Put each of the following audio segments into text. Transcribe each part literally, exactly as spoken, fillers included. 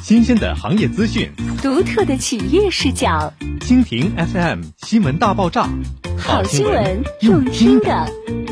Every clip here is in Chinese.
新鲜的行业资讯， 独特的企业视角。 蜻蜓 F M 新闻大爆炸， 好新闻用听的。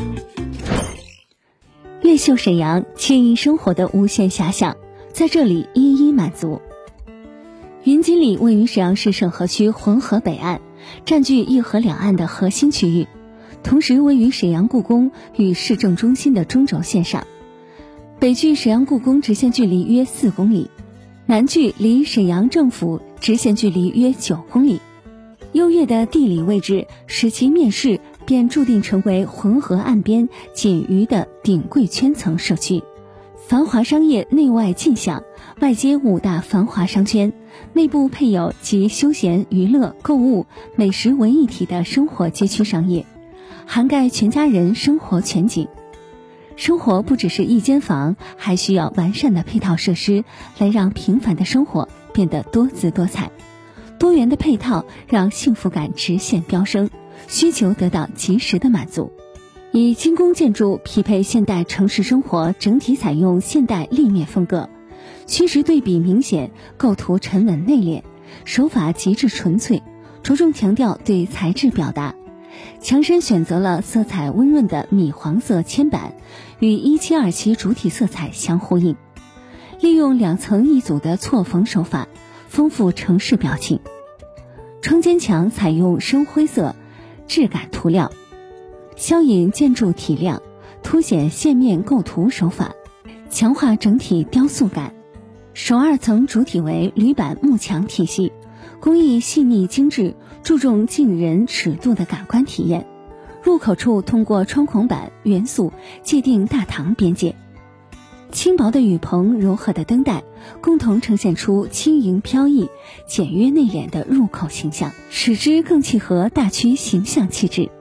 越秀沈阳，惬意生活的无限遐想，在这里一一满足。云锦里位于沈阳市沈河区浑河北岸，占据一河两岸的核心区域，同时位于沈阳故宫与市政中心的中轴线上。北距沈阳故宫直线距离约四公里，南距离沈阳政府直线距离约九公里。优越的地理位置使其面世便注定成为浑河岸边仅余的顶贵圈层社区。繁华商业内外尽享，外接五大繁华商圈，内部配有集休闲、娱乐、购物、美食为一体的生活街区商业，涵盖全家人生活全景。生活不只是一间房，还需要完善的配套设施，来让平凡的生活变得多姿多彩。多元的配套让幸福感直线飙升，需求得到及时的满足。以精工建筑匹配现代城市生活，整体采用现代立面风格，虚实对比明显，构图沉稳内敛，手法极致纯粹，着重强调对材质表达。墙身选择了色彩温润的米黄色铅板，与一七二七主体色彩相呼应，利用两层一组的错缝手法，丰富城市表情。窗间墙采用深灰色质感涂料，消隐建筑体量，凸显线面构图手法，强化整体雕塑感。首二层主体为铝板幕墙体系，工艺细腻精致，注重近人尺度的感官体验。入口处通过窗孔板元素界定大堂边界，轻薄的雨棚，柔和的灯带，共同呈现出轻盈飘逸、简约内敛的入口形象，使之更契合大区形象气质。